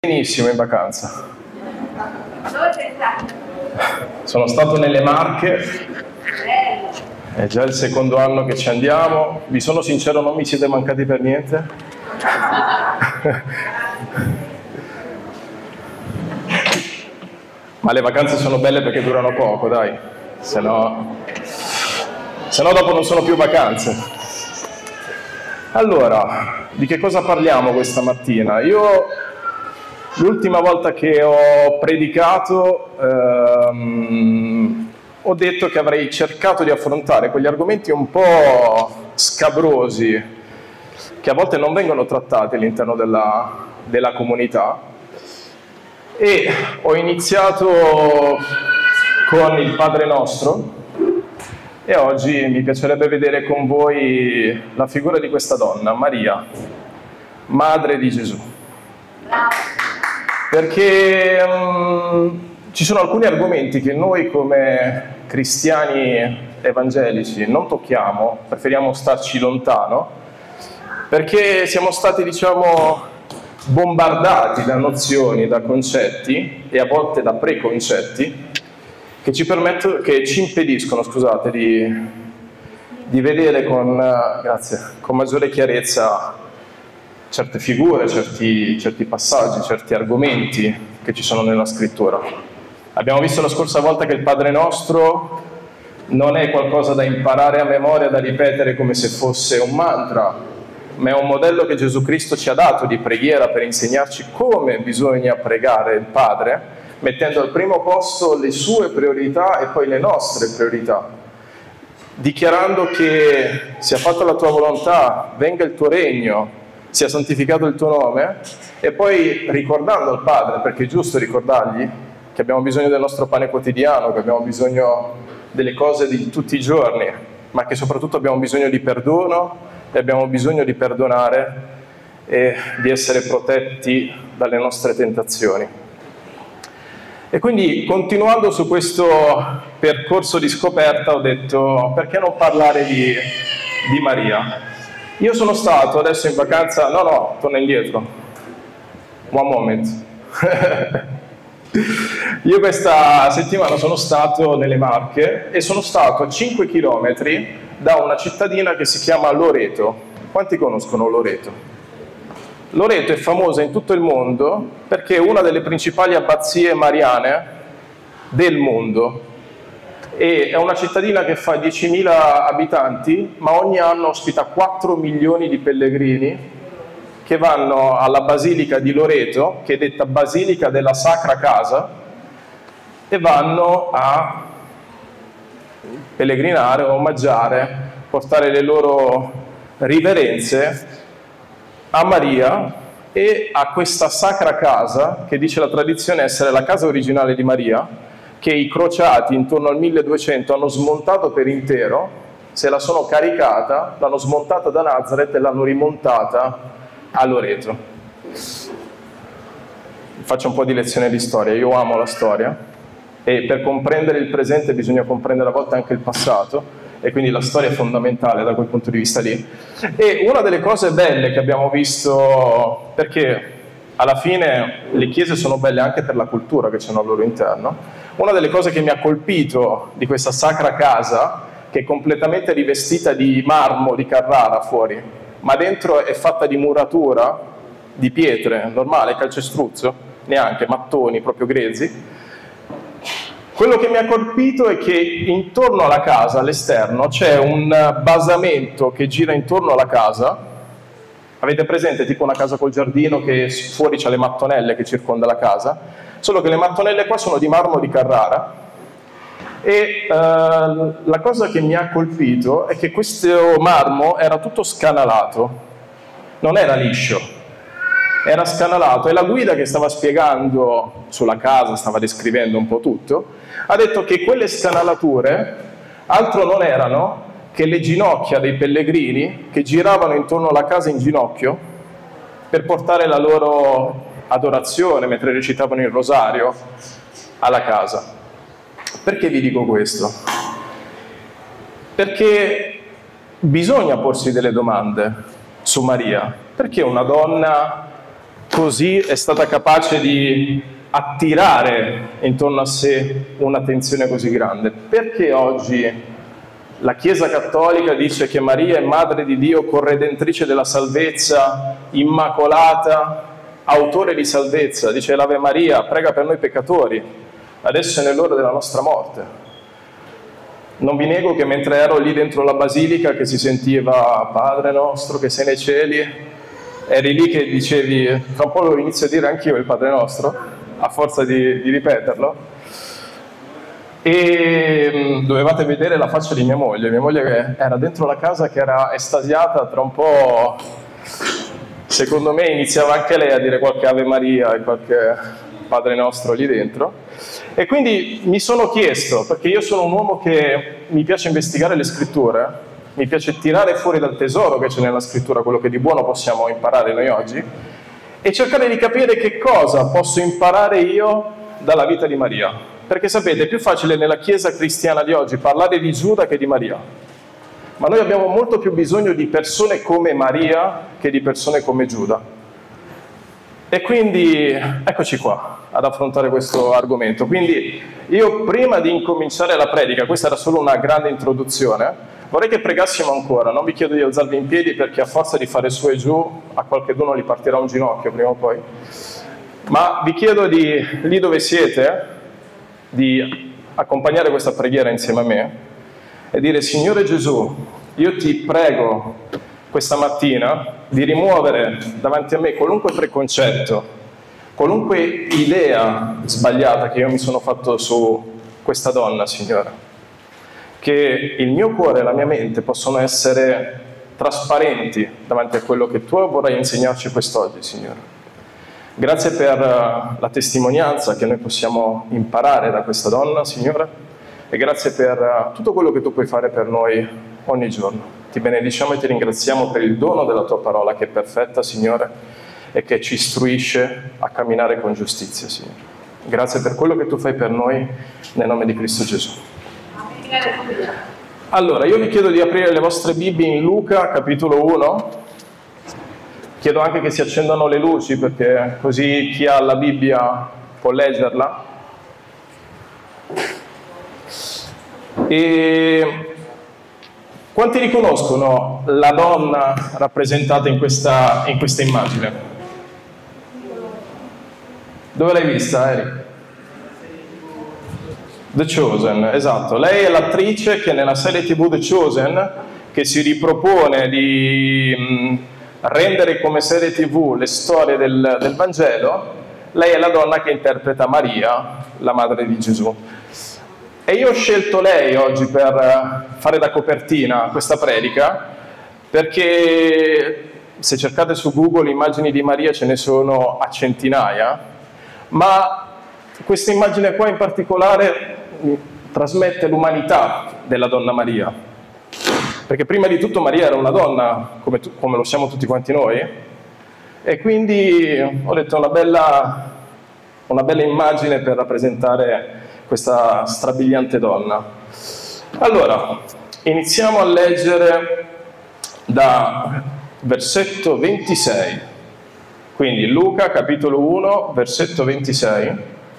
Benissimo in vacanza. Dove sei stato? Sono stato nelle Marche, Bello. è già il secondo anno che ci andiamo. Vi sono sincero, non mi siete mancati per niente. Ma le vacanze sono belle perché durano poco, dai. Se no dopo non sono più vacanze. Allora, di che cosa parliamo questa mattina? L'ultima volta che ho predicato ho detto che avrei cercato di affrontare quegli argomenti un po' scabrosi che a volte non vengono trattati all'interno della comunità, e ho iniziato con il Padre Nostro, e oggi mi piacerebbe vedere con voi la figura di questa donna, Maria, madre di Gesù. Perché ci sono alcuni argomenti che noi come cristiani evangelici non tocchiamo, preferiamo starci lontano, perché siamo stati, bombardati da nozioni, da concetti e a volte da preconcetti che ci impediscono, di vedere con maggiore chiarezza certe figure, certi passaggi, certi argomenti che ci sono nella scrittura. Abbiamo visto la scorsa volta che il Padre Nostro non è qualcosa da imparare a memoria, da ripetere come se fosse un mantra, ma è un modello che Gesù Cristo ci ha dato di preghiera per insegnarci come bisogna pregare il Padre, mettendo al primo posto le sue priorità e poi le nostre priorità, dichiarando che sia fatta la tua volontà, venga il tuo regno, sia santificato il tuo nome, e poi ricordando al Padre, perché è giusto ricordargli che abbiamo bisogno del nostro pane quotidiano, che abbiamo bisogno delle cose di tutti i giorni, ma che soprattutto abbiamo bisogno di perdono e abbiamo bisogno di perdonare e di essere protetti dalle nostre tentazioni. E quindi, continuando su questo percorso di scoperta, ho detto: perché non parlare di Maria? Io sono stato adesso in vacanza, torno indietro, one moment. Io questa settimana sono stato nelle Marche e sono stato a 5 chilometri da una cittadina che si chiama Loreto. Quanti conoscono Loreto? Loreto è famosa in tutto il mondo perché è una delle principali abbazie mariane del mondo. E è una cittadina che fa 10.000 abitanti, ma ogni anno ospita 4 milioni di pellegrini che vanno alla Basilica di Loreto, che è detta Basilica della Sacra Casa, e vanno a pellegrinare, omaggiare, portare le loro riverenze a Maria e a questa Sacra Casa, che dice la tradizione essere la casa originale di Maria, che i crociati intorno al 1200 hanno smontato per intero, se la sono caricata, l'hanno smontata da Nazareth e l'hanno rimontata a Loreto. Faccio un po' di lezione di storia, io amo la storia e per comprendere il presente bisogna comprendere a volte anche il passato, e quindi la storia è fondamentale da quel punto di vista lì. E una delle cose belle che abbiamo visto, perché alla fine le chiese sono belle anche per la cultura che c'è al loro interno, una delle cose che mi ha colpito di questa Sacra Casa, che è completamente rivestita di marmo di Carrara fuori, ma dentro è fatta di muratura, di pietre, normale, calcestruzzo, neanche, mattoni proprio grezzi. Quello che mi ha colpito è che intorno alla casa, all'esterno, c'è un basamento che gira intorno alla casa. Avete presente tipo una casa col giardino che fuori c'ha le mattonelle che circonda la casa? Solo che le mattonelle qua sono di marmo di Carrara. E la cosa che mi ha colpito è che questo marmo era tutto scanalato, non era liscio, era scanalato, e la guida che stava spiegando sulla casa, stava descrivendo un po' tutto, ha detto che quelle scanalature altro non erano che le ginocchia dei pellegrini che giravano intorno alla casa in ginocchio per portare la loro adorazione mentre recitavano il rosario alla casa. Perché vi dico questo? Perché bisogna porsi delle domande su Maria. Perché una donna così è stata capace di attirare intorno a sé un'attenzione così grande? Perché oggi la Chiesa Cattolica dice che Maria è Madre di Dio, corredentrice della salvezza, immacolata, autore di salvezza? Dice l'Ave Maria, prega per noi peccatori, adesso è nell'ora della nostra morte. Non vi nego che mentre ero lì dentro la basilica che si sentiva Padre nostro che sei nei cieli, eri lì che dicevi, tra un po' lo inizio a dire anch'io il Padre nostro, a forza di ripeterlo, e dovevate vedere la faccia di mia moglie che era dentro la casa, che era estasiata. Tra un po', secondo me, iniziava anche lei a dire qualche Ave Maria e qualche Padre nostro lì dentro. E quindi mi sono chiesto, perché io sono un uomo che mi piace investigare le scritture, mi piace tirare fuori dal tesoro che c'è nella scrittura quello che di buono possiamo imparare noi oggi, e cercare di capire che cosa posso imparare io dalla vita di Maria. Perché sapete, è più facile nella Chiesa cristiana di oggi parlare di Giuda che di Maria, ma noi abbiamo molto più bisogno di persone come Maria che di persone come Giuda. E quindi eccoci qua ad affrontare questo argomento. Quindi io, prima di incominciare la predica, questa era solo una grande introduzione, vorrei che pregassimo ancora. Non vi chiedo di alzarvi in piedi, perché a forza di fare su e giù a qualcuno gli partirà un ginocchio prima o poi, ma vi chiedo di, lì dove siete, di accompagnare questa preghiera insieme a me e dire: Signore Gesù, io ti prego questa mattina di rimuovere davanti a me qualunque preconcetto, qualunque idea sbagliata che io mi sono fatto su questa donna, Signore. Che il mio cuore e la mia mente possono essere trasparenti davanti a quello che tu vorrai insegnarci quest'oggi, Signore. Grazie per la testimonianza che noi possiamo imparare da questa donna, Signore, e grazie per tutto quello che tu puoi fare per noi ogni giorno. Ti benediciamo e ti ringraziamo per il dono della tua parola, che è perfetta, Signore, e che ci istruisce a camminare con giustizia, Signore. Grazie per quello che tu fai per noi, nel nome di Cristo Gesù. Allora, io vi chiedo di aprire le vostre Bibbie in Luca, capitolo 1. Chiedo anche che si accendano le luci, perché così chi ha la Bibbia può leggerla. E quanti riconoscono la donna rappresentata in questa immagine? Dove l'hai vista, Eric? The Chosen, esatto. Lei è l'attrice che nella serie TV The Chosen, che si ripropone di rendere come serie TV le storie del Vangelo, lei è la donna che interpreta Maria, la madre di Gesù. E io ho scelto lei oggi per fare da copertina a questa predica, perché se cercate su Google immagini di Maria ce ne sono a centinaia, ma questa immagine qua in particolare trasmette l'umanità della donna Maria. Perché prima di tutto Maria era una donna, come lo siamo tutti quanti noi, e quindi ho detto una bella immagine per rappresentare questa strabiliante donna. Allora, iniziamo a leggere da versetto 26. Quindi Luca, capitolo 1, versetto 26.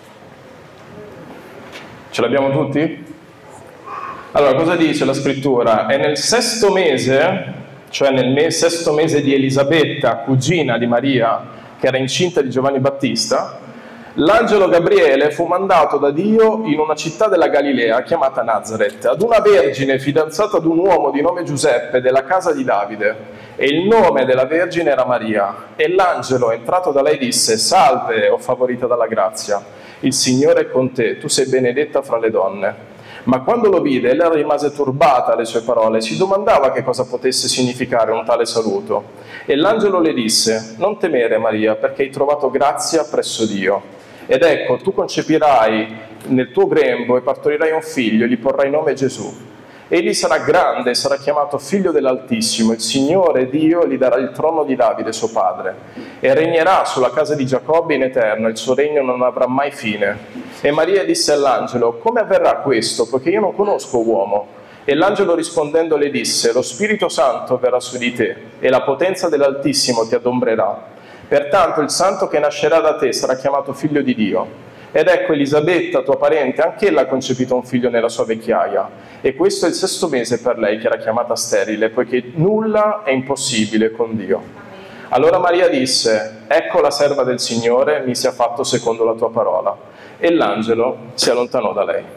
Ce l'abbiamo tutti? Allora, cosa dice la scrittura? E nel sesto mese, cioè nel sesto mese di Elisabetta, cugina di Maria, che era incinta di Giovanni Battista, l'angelo Gabriele fu mandato da Dio in una città della Galilea chiamata Nazaret, ad una vergine fidanzata ad un uomo di nome Giuseppe della casa di Davide, e il nome della vergine era Maria. E l'angelo, entrato da lei, disse: Salve, o favorita dalla grazia, il Signore è con te, tu sei benedetta fra le donne. Ma quando lo vide, ella rimase turbata alle sue parole, si domandava che cosa potesse significare un tale saluto. E l'angelo le disse: Non temere, Maria, perché hai trovato grazia presso Dio. Ed ecco, tu concepirai nel tuo grembo e partorirai un figlio, e gli porrai nome Gesù. Egli sarà grande e sarà chiamato Figlio dell'Altissimo. Il Signore Dio gli darà il trono di Davide, suo padre, e regnerà sulla casa di Giacobbe in eterno, il suo regno non avrà mai fine. E Maria disse all'angelo: Come avverrà questo, poiché io non conosco uomo? E l'angelo rispondendo le disse: Lo Spirito Santo verrà su di te, e la potenza dell'Altissimo ti adombrerà. Pertanto il santo che nascerà da te sarà chiamato figlio di Dio. Ed ecco Elisabetta, tua parente, anch'ella ha concepito un figlio nella sua vecchiaia. E questo è il 6° mese per lei, che era chiamata sterile, poiché nulla è impossibile con Dio. Allora Maria disse: ecco la serva del Signore, mi sia fatto secondo la tua parola. E l'angelo si allontanò da lei.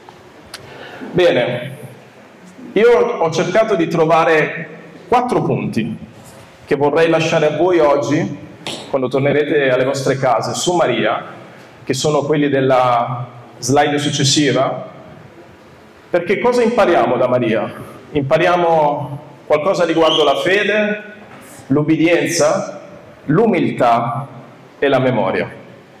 Bene, io ho cercato di trovare 4 punti che vorrei lasciare a voi oggi, quando tornerete alle vostre case, su Maria, che sono quelli della slide successiva. Perché cosa impariamo da Maria? Impariamo qualcosa riguardo la fede, l'obbedienza, l'umiltà e la memoria.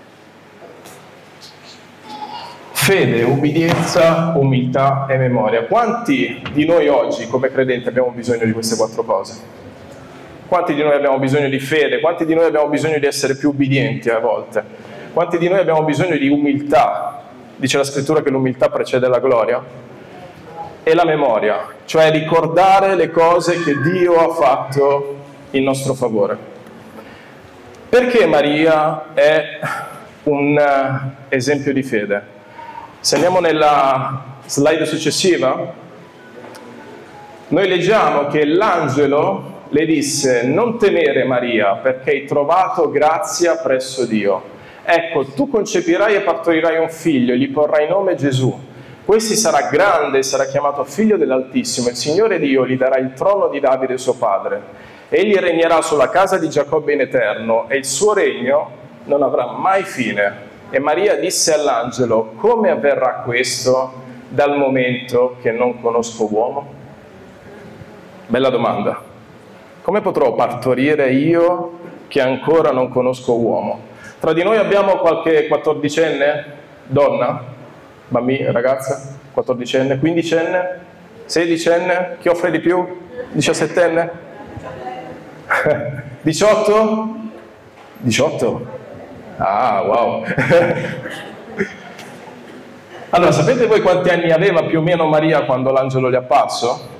Fede, obbedienza, umiltà e memoria. Quanti di noi oggi, come credenti, abbiamo bisogno di queste 4 cose? Quanti di noi abbiamo bisogno di fede? Quanti di noi abbiamo bisogno di essere più obbedienti a volte? Quanti di noi abbiamo bisogno di umiltà? Dice la scrittura che l'umiltà precede la gloria. E la memoria, cioè ricordare le cose che Dio ha fatto in nostro favore. Perché Maria è un esempio di fede? Se andiamo nella slide successiva, noi leggiamo che l'angelo le disse: non temere Maria, perché hai trovato grazia presso Dio. Ecco, tu concepirai e partorirai un figlio e gli porrai nome Gesù. Questi sarà grande e sarà chiamato figlio dell'Altissimo. Il Signore Dio gli darà il trono di Davide suo padre. Egli regnerà sulla casa di Giacobbe in eterno e il suo regno non avrà mai fine. E Maria disse all'angelo: come avverrà questo dal momento che non conosco uomo? Bella domanda. Come potrò partorire io che ancora non conosco uomo? Tra di noi abbiamo qualche 14enne? Donna? Bambina? Ragazza? 14enne? 15enne? 16enne? Chi offre di più? 17enne? 18? 18? Ah, wow! Allora, sapete voi quanti anni aveva più o meno Maria quando l'angelo gli è apparso?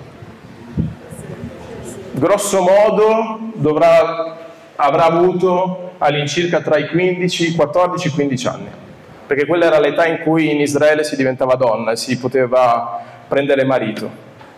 Grosso modo avrà avuto all'incirca tra i 14 e i 15 anni, perché quella era l'età in cui in Israele si diventava donna e si poteva prendere marito.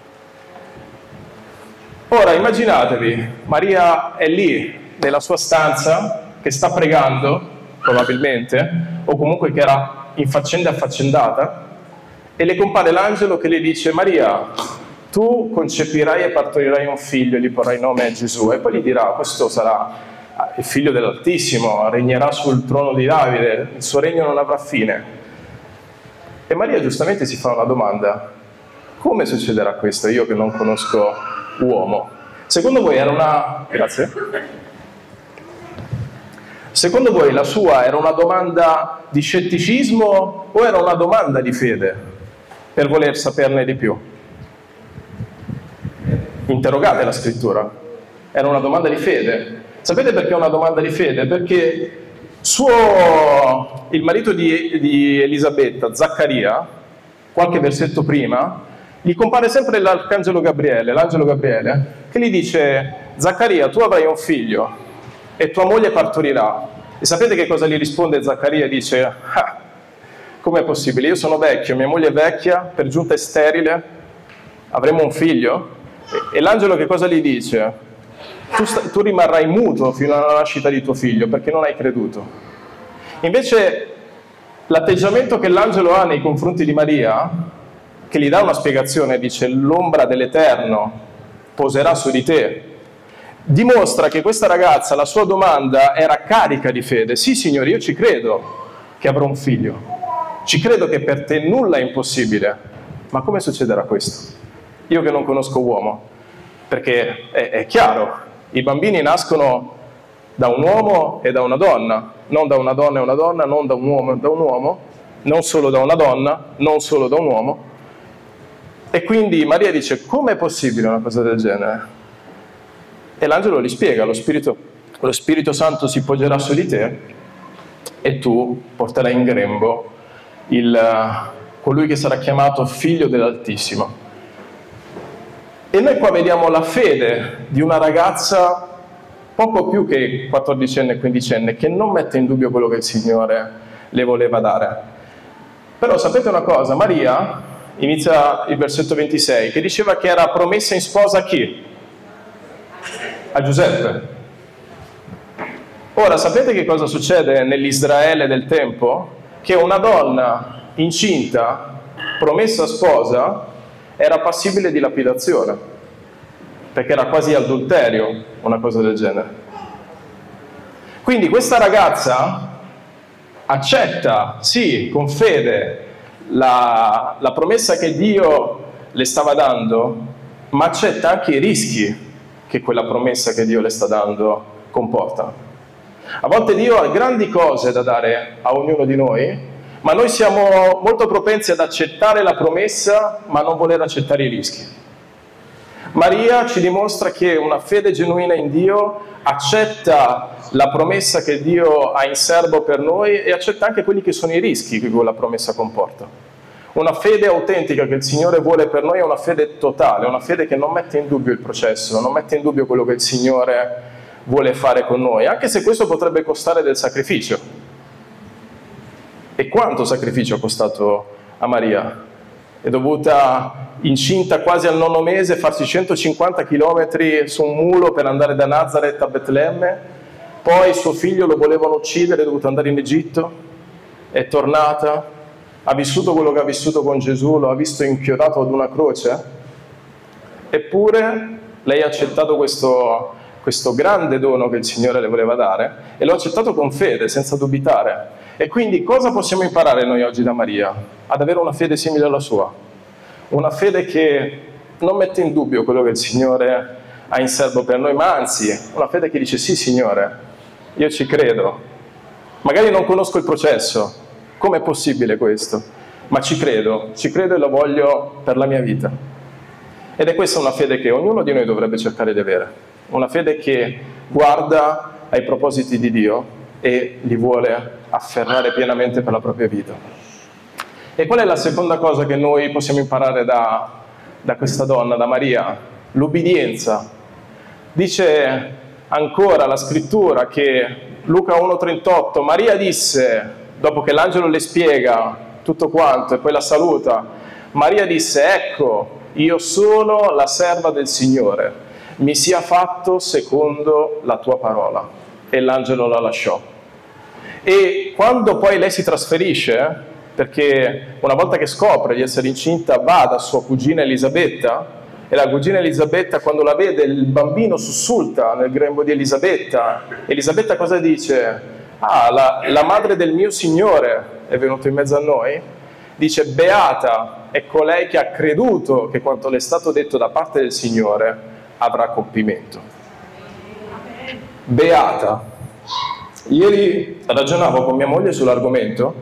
Ora immaginatevi, Maria è lì nella sua stanza che sta pregando, probabilmente, o comunque che era in faccenda affaccendata, e le compare l'angelo che le dice: Maria, tu concepirai e partorirai un figlio e gli porrai nome Gesù. E poi gli dirà: questo sarà il figlio dell'Altissimo, regnerà sul trono di Davide, il suo regno non avrà fine. E Maria giustamente si fa una domanda: come succederà questo, io che non conosco uomo? Secondo voi era una... Grazie. Secondo voi la sua era una domanda di scetticismo o era una domanda di fede per voler saperne di più? Interrogate la scrittura. Era una domanda di fede. Sapete perché è una domanda di fede? Perché il marito di Elisabetta, Zaccaria, qualche versetto prima, gli compare sempre l'angelo Gabriele, che gli dice: Zaccaria, tu avrai un figlio e tua moglie partorirà. E sapete che cosa gli risponde Zaccaria? Dice: ah, com'è possibile? Io sono vecchio, mia moglie è vecchia, per giunta è sterile, avremo un figlio? E l'angelo che cosa gli dice? Tu rimarrai muto fino alla nascita di tuo figlio perché non hai creduto. Invece l'atteggiamento che l'angelo ha nei confronti di Maria, che gli dà una spiegazione, dice: l'ombra dell'Eterno poserà su di te, dimostra che questa ragazza, la sua domanda era carica di fede. Sì, Signore, io ci credo che avrò un figlio, ci credo che per te nulla è impossibile, ma come succederà questo? Io che non conosco uomo. Perché è chiaro, i bambini nascono da un uomo e da una donna, non da una donna e una donna, non da un uomo e da un uomo, non solo da una donna, non solo da un uomo. E quindi Maria dice: com'è possibile una cosa del genere? E l'angelo gli spiega: lo Spirito Santo si poggerà su di te e tu porterai in grembo colui che sarà chiamato figlio dell'Altissimo. E noi qua vediamo la fede di una ragazza poco più che 14enne e 15enne, che non mette in dubbio quello che il Signore le voleva dare. Però sapete una cosa? Maria, inizia il versetto 26, che diceva che era promessa in sposa a chi? A Giuseppe. Ora, sapete che cosa succede nell'Israele del tempo? Che una donna incinta, promessa sposa, era passibile di lapidazione, perché era quasi adulterio, una cosa del genere. Quindi questa ragazza accetta, sì, con fede, la promessa che Dio le stava dando, ma accetta anche i rischi che quella promessa che Dio le sta dando comporta. A volte Dio ha grandi cose da dare a ognuno di noi, ma noi siamo molto propensi ad accettare la promessa, ma non voler accettare i rischi. Maria ci dimostra che una fede genuina in Dio accetta la promessa che Dio ha in serbo per noi e accetta anche quelli che sono i rischi che quella promessa comporta. Una fede autentica che il Signore vuole per noi è una fede totale, una fede che non mette in dubbio il processo, non mette in dubbio quello che il Signore vuole fare con noi, anche se questo potrebbe costare del sacrificio. E quanto sacrificio ha costato a Maria? È dovuta, incinta quasi al 9° mese, farsi 150 km su un mulo per andare da Nazareth a Betlemme, poi suo figlio lo volevano uccidere, è dovuta andare in Egitto, è tornata, ha vissuto quello che ha vissuto con Gesù, lo ha visto inchiodato ad una croce, eppure lei ha accettato questo grande dono che il Signore le voleva dare e l'ho accettato con fede, senza dubitare. E quindi cosa possiamo imparare noi oggi da Maria? Ad avere una fede simile alla sua, una fede che non mette in dubbio quello che il Signore ha in serbo per noi, ma anzi una fede che dice: sì Signore, io ci credo, magari non conosco il processo, com'è possibile questo? Ma ci credo e lo voglio per la mia vita. Ed è questa una fede che ognuno di noi dovrebbe cercare di avere, una fede che guarda ai propositi di Dio e li vuole afferrare pienamente per la propria vita. E qual è la seconda cosa che noi possiamo imparare da questa donna, da Maria? L'ubbidienza. Dice ancora la scrittura che Luca 1,38, Maria disse, dopo che l'angelo le spiega tutto quanto e poi la saluta, Maria disse: ecco, io sono la serva del Signore, mi sia fatto secondo la tua parola. E l'angelo la lasciò. E quando poi lei si trasferisce, perché una volta che scopre di essere incinta va da sua cugina Elisabetta, e la cugina Elisabetta, quando la vede, il bambino sussulta nel grembo di Elisabetta. Elisabetta cosa dice? La madre del mio Signore è venuta in mezzo a noi. Dice: beata è colei che ha creduto che quanto le è stato detto da parte del Signore avrà compimento. Beata. Ieri ragionavo con mia moglie sull'argomento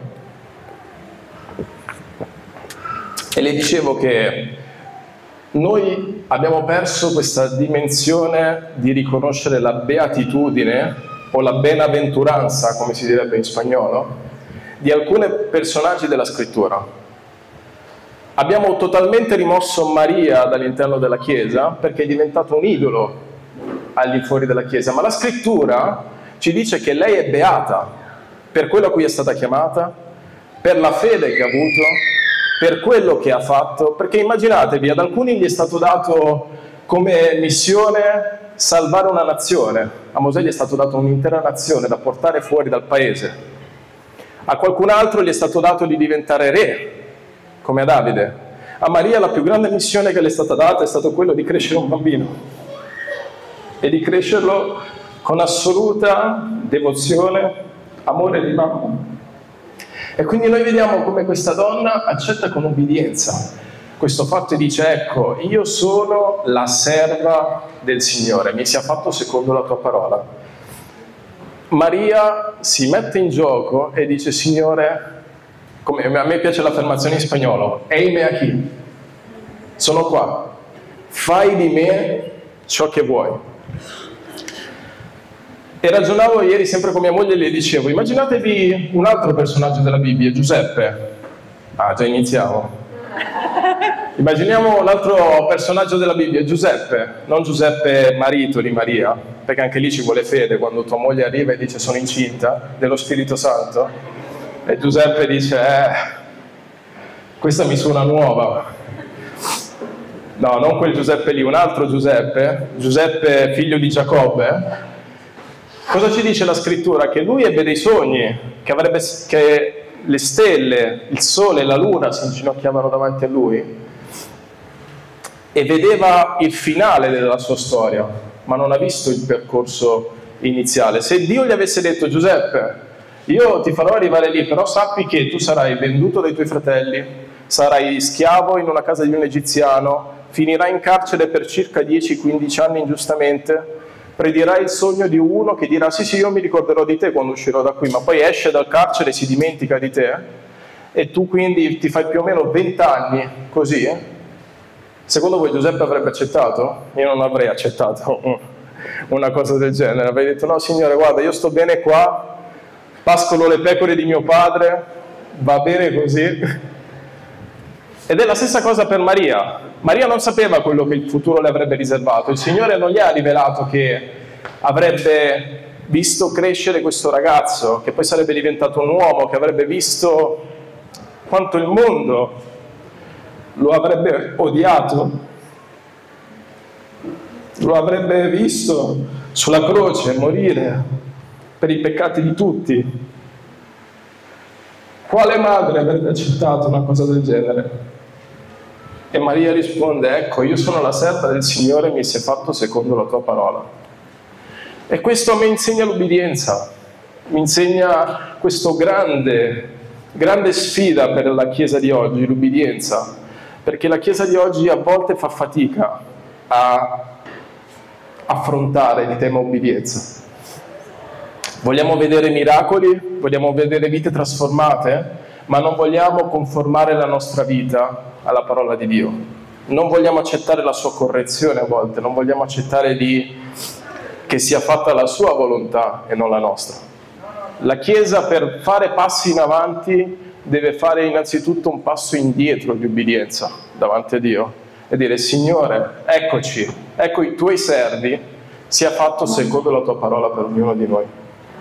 e le dicevo che noi abbiamo perso questa dimensione di riconoscere la beatitudine o la benaventuranza, come si direbbe in spagnolo, di alcuni personaggi della scrittura. Abbiamo totalmente rimosso Maria dall'interno della Chiesa perché è diventato un idolo all'infuori della Chiesa, ma la scrittura ci dice che lei è beata per quello a cui è stata chiamata, per la fede che ha avuto, per quello che ha fatto, perché immaginatevi, ad alcuni gli è stato dato come missione salvare una nazione, a Mosè gli è stato dato un'intera nazione da portare fuori dal paese, a qualcun altro gli è stato dato di diventare re, come a Davide. A Maria la più grande missione che le è stata data è stato quello di crescere un bambino e di crescerlo con assoluta devozione, amore di mamma. E quindi noi vediamo come questa donna accetta con ubbidienza questo fatto e dice: ecco, io sono la serva del Signore, mi sia fatto secondo la tua parola. Maria si mette in gioco e dice: Signore, come a me piace l'affermazione in spagnolo, eime aquí, sono qua, fai di me ciò che vuoi. E ragionavo ieri sempre con mia moglie e le dicevo: immaginatevi un altro personaggio della Bibbia, Giuseppe. Già iniziamo. Immaginiamo un altro personaggio della Bibbia, Giuseppe, non Giuseppe marito di Maria, perché anche lì ci vuole fede, quando tua moglie arriva e dice sono incinta dello Spirito Santo, e Giuseppe dice questa mi suona nuova. No, non quel Giuseppe lì, un altro Giuseppe, Giuseppe figlio di Giacobbe. Cosa ci dice la scrittura? Che lui ebbe dei sogni, che le stelle, il sole e la luna si inginocchiavano davanti a lui e vedeva il finale della sua storia, ma non ha visto il percorso iniziale. Se Dio gli avesse detto Giuseppe, io ti farò arrivare lì, però sappi che tu sarai venduto dai tuoi fratelli, sarai schiavo in una casa di un egiziano, finirai in carcere per circa 10-15 anni ingiustamente, predirai il sogno di uno che dirà sì, io mi ricorderò di te quando uscirò da qui, ma poi esce dal carcere e si dimentica di te, e tu quindi ti fai più o meno 20 anni così. Secondo voi Giuseppe avrebbe accettato? Io non avrei accettato una cosa del genere, avrei detto no signore, guarda, io sto bene qua, pascolo le pecore di mio padre, va bene così. Ed è la stessa cosa per Maria. Maria non sapeva quello che il futuro le avrebbe riservato. Il Signore non gli ha rivelato che avrebbe visto crescere questo ragazzo, che poi sarebbe diventato un uomo, che avrebbe visto quanto il mondo lo avrebbe odiato, lo avrebbe visto sulla croce morire per i peccati di tutti. Quale madre avrebbe accettato una cosa del genere? E Maria risponde, ecco, io sono la serva del Signore, mi sia fatto secondo la tua parola. E questo mi insegna l'ubbidienza, mi insegna questa grande sfida per la Chiesa di oggi, l'ubbidienza, perché la Chiesa di oggi a volte fa fatica a affrontare il tema ubbidienza. Vogliamo vedere miracoli, vogliamo vedere vite trasformate, ma non vogliamo conformare la nostra vita alla parola di Dio. Non vogliamo accettare la sua correzione a volte, non vogliamo accettare che sia fatta la sua volontà e non la nostra. La Chiesa per fare passi in avanti deve fare innanzitutto un passo indietro di ubbidienza davanti a Dio e dire Signore, eccoci, ecco i tuoi servi, sia fatto secondo la tua parola per ognuno di noi.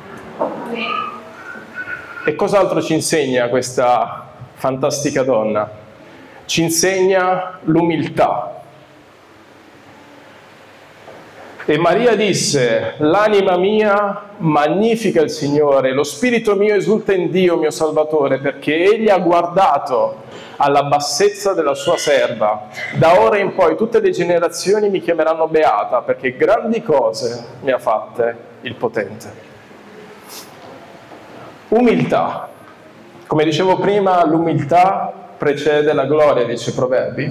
E cos'altro ci insegna questa fantastica donna? Ci insegna l'umiltà. E Maria disse, l'anima mia magnifica il Signore, lo spirito mio esulta in Dio mio Salvatore, perché Egli ha guardato alla bassezza della sua serva. Da ora in poi tutte le generazioni mi chiameranno beata, perché grandi cose mi ha fatte il Potente. Umiltà. Come dicevo prima, l'umiltà precede la gloria, dice Proverbi.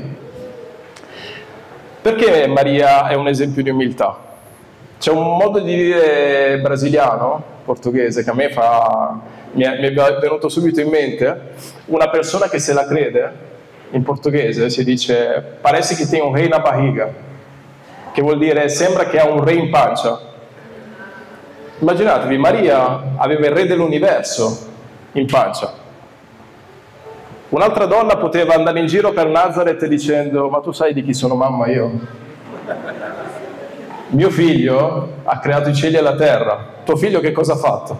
Perché Maria è un esempio di umiltà? C'è un modo di dire brasiliano, portoghese, che a me mi è venuto subito in mente. Una persona che se la crede, in portoghese si dice parece che tem un re na barriga, che vuol dire sembra che ha un re in pancia. Immaginatevi, Maria aveva il re dell'universo in pancia. Un'altra donna poteva andare in giro per Nazareth dicendo ma tu sai di chi sono mamma io? Mio figlio ha creato i cieli e la terra, tuo figlio che cosa ha fatto?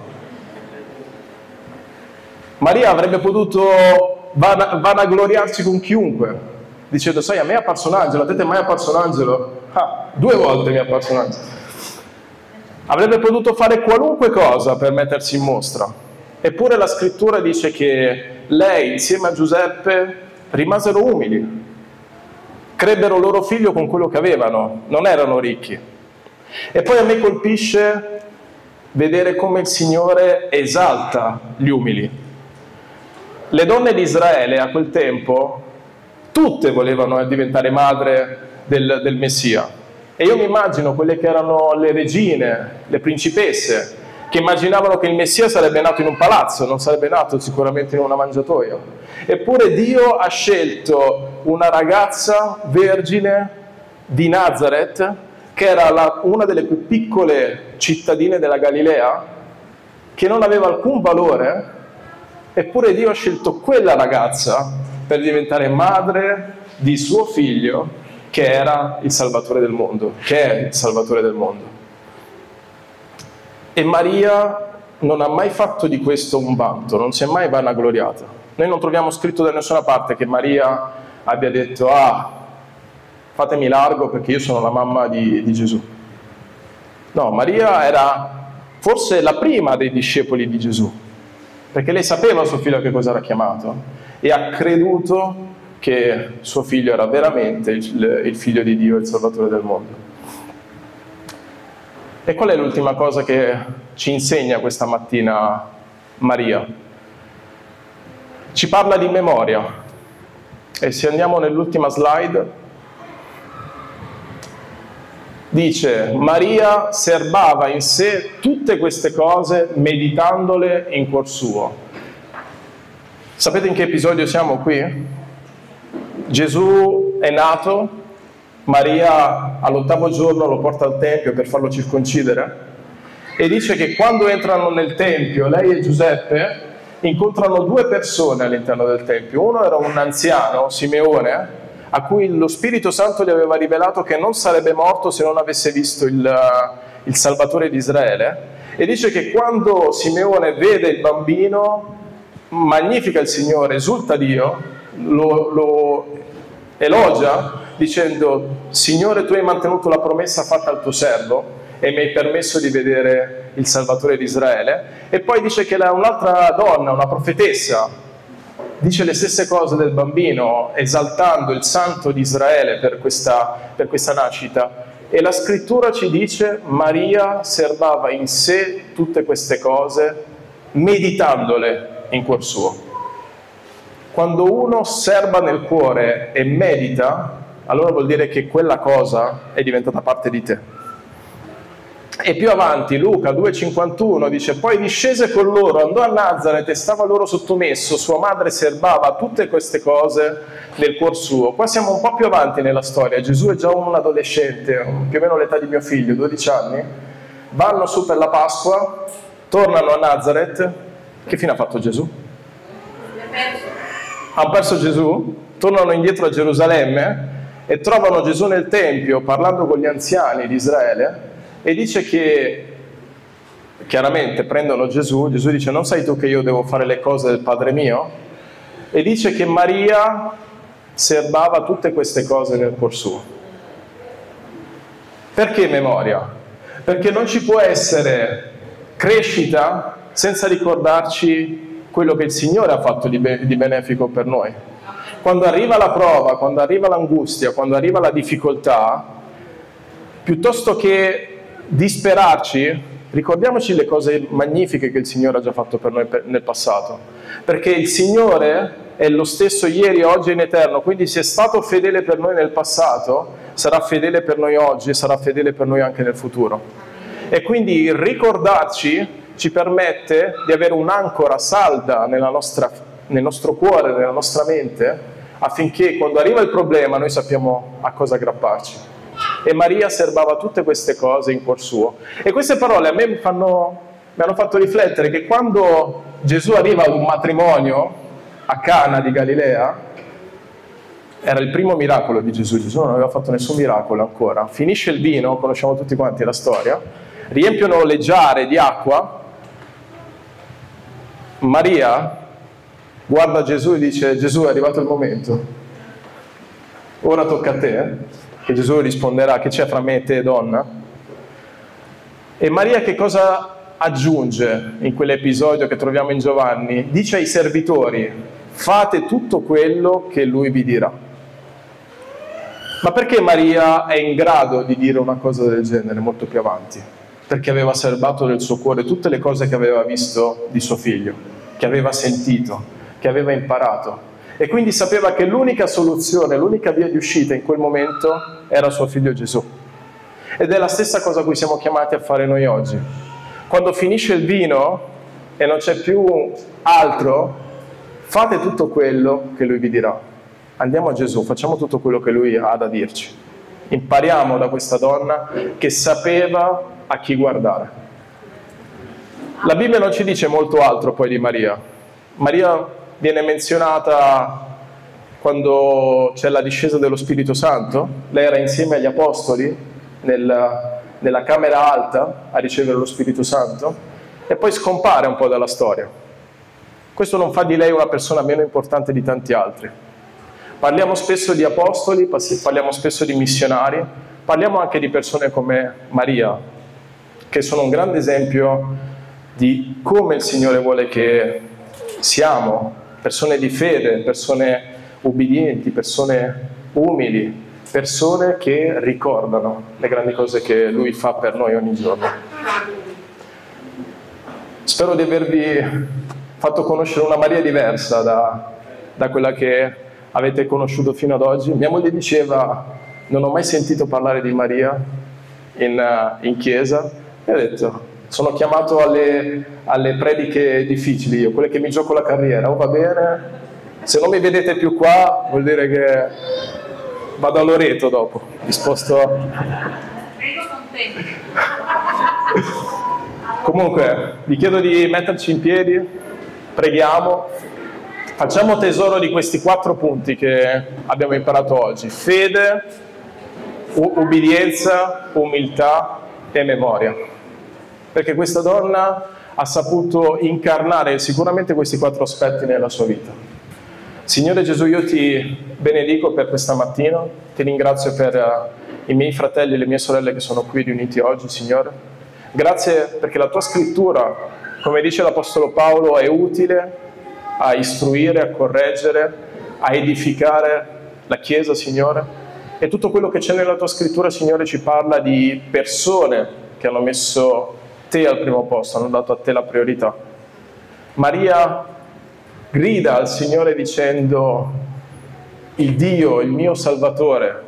Maria avrebbe potuto vanagloriarsi con chiunque, dicendo sai a me è apparso un angelo, a te mai è apparso un angelo? 2 volte mi è apparso un angelo. Avrebbe potuto fare qualunque cosa per mettersi in mostra, eppure la scrittura dice che lei insieme a Giuseppe rimasero umili, crebbero loro figlio con quello che avevano, non erano ricchi. E poi a me colpisce vedere come il Signore esalta gli umili. Le donne di Israele a quel tempo tutte volevano diventare madre del Messia, e io mi immagino quelle che erano le regine, le principesse, che immaginavano che il Messia sarebbe nato in un palazzo, non sarebbe nato sicuramente in una mangiatoia. Eppure Dio ha scelto una ragazza vergine di Nazareth, che era una delle più piccole cittadine della Galilea, che non aveva alcun valore, eppure Dio ha scelto quella ragazza per diventare madre di suo figlio, che era il Salvatore del mondo, che è il Salvatore del mondo. E Maria non ha mai fatto di questo un vanto, non si è mai vanagloriata. Noi non troviamo scritto da nessuna parte che Maria abbia detto fatemi largo perché io sono la mamma di Gesù. No, Maria era forse la prima dei discepoli di Gesù, perché lei sapeva suo figlio a che cosa era chiamato e ha creduto che suo figlio era veramente il figlio di Dio, il Salvatore del mondo. E qual è l'ultima cosa che ci insegna questa mattina Maria? Ci parla di memoria. E se andiamo nell'ultima slide, dice: Maria serbava in sé tutte queste cose meditandole in cuor suo. Sapete in che episodio siamo qui? Gesù è nato, Maria all'8° giorno lo porta al Tempio per farlo circoncidere e dice che quando entrano nel Tempio, lei e Giuseppe incontrano 2 persone all'interno del Tempio. Uno era un anziano, Simeone, a cui lo Spirito Santo gli aveva rivelato che non sarebbe morto se non avesse visto il Salvatore di Israele, e dice che quando Simeone vede il bambino magnifica il Signore, esulta Dio, lo elogia dicendo: Signore, tu hai mantenuto la promessa fatta al tuo servo e mi hai permesso di vedere il Salvatore di Israele. E poi dice che un'altra donna, una profetessa, dice le stesse cose del bambino, esaltando il Santo di Israele per questa nascita. E la scrittura ci dice: Maria serbava in sé tutte queste cose, meditandole in cuor suo. Quando uno serba nel cuore e medita, allora vuol dire che quella cosa è diventata parte di te. E più avanti, Luca 2,51 dice: poi discese con loro, andò a Nazaret e stava loro sottomesso, sua madre serbava tutte queste cose nel cuor suo. Qua siamo un po' più avanti nella storia, Gesù è già un adolescente, più o meno l'età di mio figlio, 12 anni, vanno su per la Pasqua, tornano a Nazaret. Che fine ha fatto Gesù? Hanno perso Gesù, tornano indietro a Gerusalemme e trovano Gesù nel Tempio parlando con gli anziani di Israele, e dice che chiaramente prendono Gesù dice: non sai tu che io devo fare le cose del Padre mio? E dice che Maria serbava tutte queste cose nel cuor suo. Perché memoria? Perché non ci può essere crescita senza ricordarci quello che il Signore ha fatto di benefico per noi. Quando arriva la prova, quando arriva l'angustia, quando arriva la difficoltà, piuttosto che disperarci, ricordiamoci le cose magnifiche che il Signore ha già fatto per noi nel passato. Perché il Signore è lo stesso ieri, oggi e in eterno, quindi se è stato fedele per noi nel passato, sarà fedele per noi oggi e sarà fedele per noi anche nel futuro. E quindi ricordarci ci permette di avere un'ancora salda nel nostro cuore, nella nostra mente, affinché quando arriva il problema noi sappiamo a cosa aggrapparci. E Maria serbava tutte queste cose in cuor suo. E queste parole a me mi hanno fatto riflettere che quando Gesù arriva ad un matrimonio a Cana di Galilea, era il primo miracolo di Gesù. Gesù non aveva fatto nessun miracolo ancora. Finisce il vino, conosciamo tutti quanti la storia, riempiono le giare di acqua. Maria guarda Gesù e dice: Gesù, è arrivato il momento, ora tocca a te. Che Gesù risponderà: che c'è fra me e te, donna? E Maria che cosa aggiunge in quell'episodio che troviamo in Giovanni? Dice ai servitori: fate tutto quello che lui vi dirà. Ma perché Maria è in grado di dire una cosa del genere molto più avanti? Perché aveva serbato nel suo cuore tutte le cose che aveva visto di suo figlio, che aveva sentito, che aveva imparato. E quindi sapeva che l'unica soluzione, l'unica via di uscita in quel momento era suo figlio Gesù. Ed è la stessa cosa a cui siamo chiamati a fare noi oggi. Quando finisce il vino e non c'è più altro, fate tutto quello che lui vi dirà. Andiamo a Gesù, facciamo tutto quello che lui ha da dirci. Impariamo da questa donna che sapeva a chi guardare. La Bibbia non ci dice molto altro poi di Maria. Maria viene menzionata quando c'è la discesa dello Spirito Santo. Lei era insieme agli apostoli nella camera alta a ricevere lo Spirito Santo e poi scompare un po' dalla storia. Questo non fa di lei una persona meno importante di tanti altri. Parliamo spesso di apostoli, parliamo spesso di missionari, parliamo anche di persone come Maria, che sono un grande esempio di come il Signore vuole che siamo, persone di fede, persone ubbidienti, persone umili, persone che ricordano le grandi cose che Lui fa per noi ogni giorno. Spero di avervi fatto conoscere una Maria diversa da quella che avete conosciuto fino ad oggi. Mia moglie diceva: non ho mai sentito parlare di Maria in chiesa, e ho detto: sono chiamato alle prediche difficili io, quelle che mi gioco la carriera. Va bene, se non mi vedete più qua vuol dire che vado a Loreto dopo, disposto. Prego contenti. Comunque vi chiedo di metterci in piedi, preghiamo, facciamo tesoro di questi 4 punti che abbiamo imparato oggi: fede, ubbidienza, umiltà e memoria. Perché questa donna ha saputo incarnare sicuramente questi 4 aspetti nella sua vita. Signore Gesù, io ti benedico per questa mattina, ti ringrazio per i miei fratelli e le mie sorelle che sono qui riuniti oggi, Signore. Grazie perché la tua scrittura, come dice l'Apostolo Paolo, è utile a istruire, a correggere, a edificare la Chiesa, Signore. E tutto quello che c'è nella tua scrittura, Signore, ci parla di persone che hanno messo te al primo posto, hanno dato a te la priorità. Maria grida al Signore dicendo: il Dio, il mio Salvatore,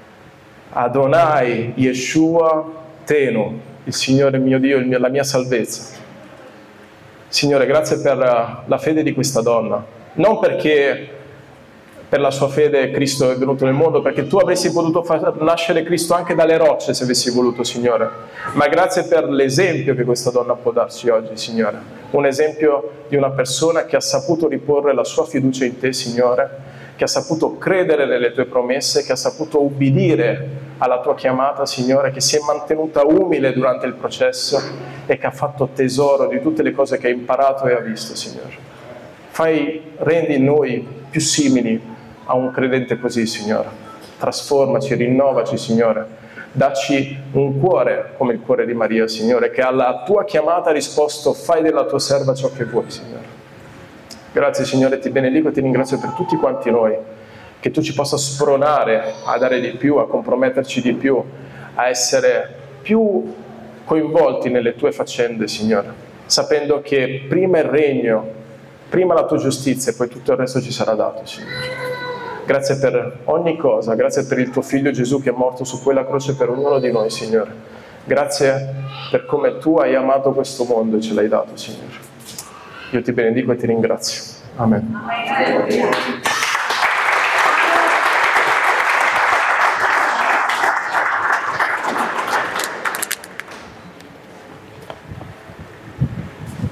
Adonai, Yeshua, Tenu, il Signore mio Dio, la mia salvezza. Signore, grazie per la fede di questa donna, non perché per la sua fede Cristo è venuto nel mondo, perché tu avresti potuto far nascere Cristo anche dalle rocce se avessi voluto, Signore, ma grazie per l'esempio che questa donna può darci oggi, Signore, un esempio di una persona che ha saputo riporre la sua fiducia in te, Signore, che ha saputo credere nelle tue promesse, che ha saputo ubbidire alla tua chiamata, Signore, che si è mantenuta umile durante il processo e che ha fatto tesoro di tutte le cose che ha imparato e ha visto, Signore. Rendi noi più simili a un credente così, Signore. Trasformaci, rinnovaci, Signore. Dacci un cuore come il cuore di Maria, Signore, che alla tua chiamata ha risposto: fai della tua serva ciò che vuoi, Signore. Grazie, Signore, ti benedico e ti ringrazio per tutti quanti noi, che tu ci possa spronare a dare di più, a comprometterci di più, a essere più coinvolti nelle tue faccende, Signore, sapendo che prima il regno, prima la tua giustizia e poi tutto il resto ci sarà dato, Signore. Grazie per ogni cosa, grazie per il tuo Figlio Gesù che è morto su quella croce per ognuno di noi, Signore. Grazie per come tu hai amato questo mondo e ce l'hai dato, Signore. Io ti benedico e ti ringrazio. Amen.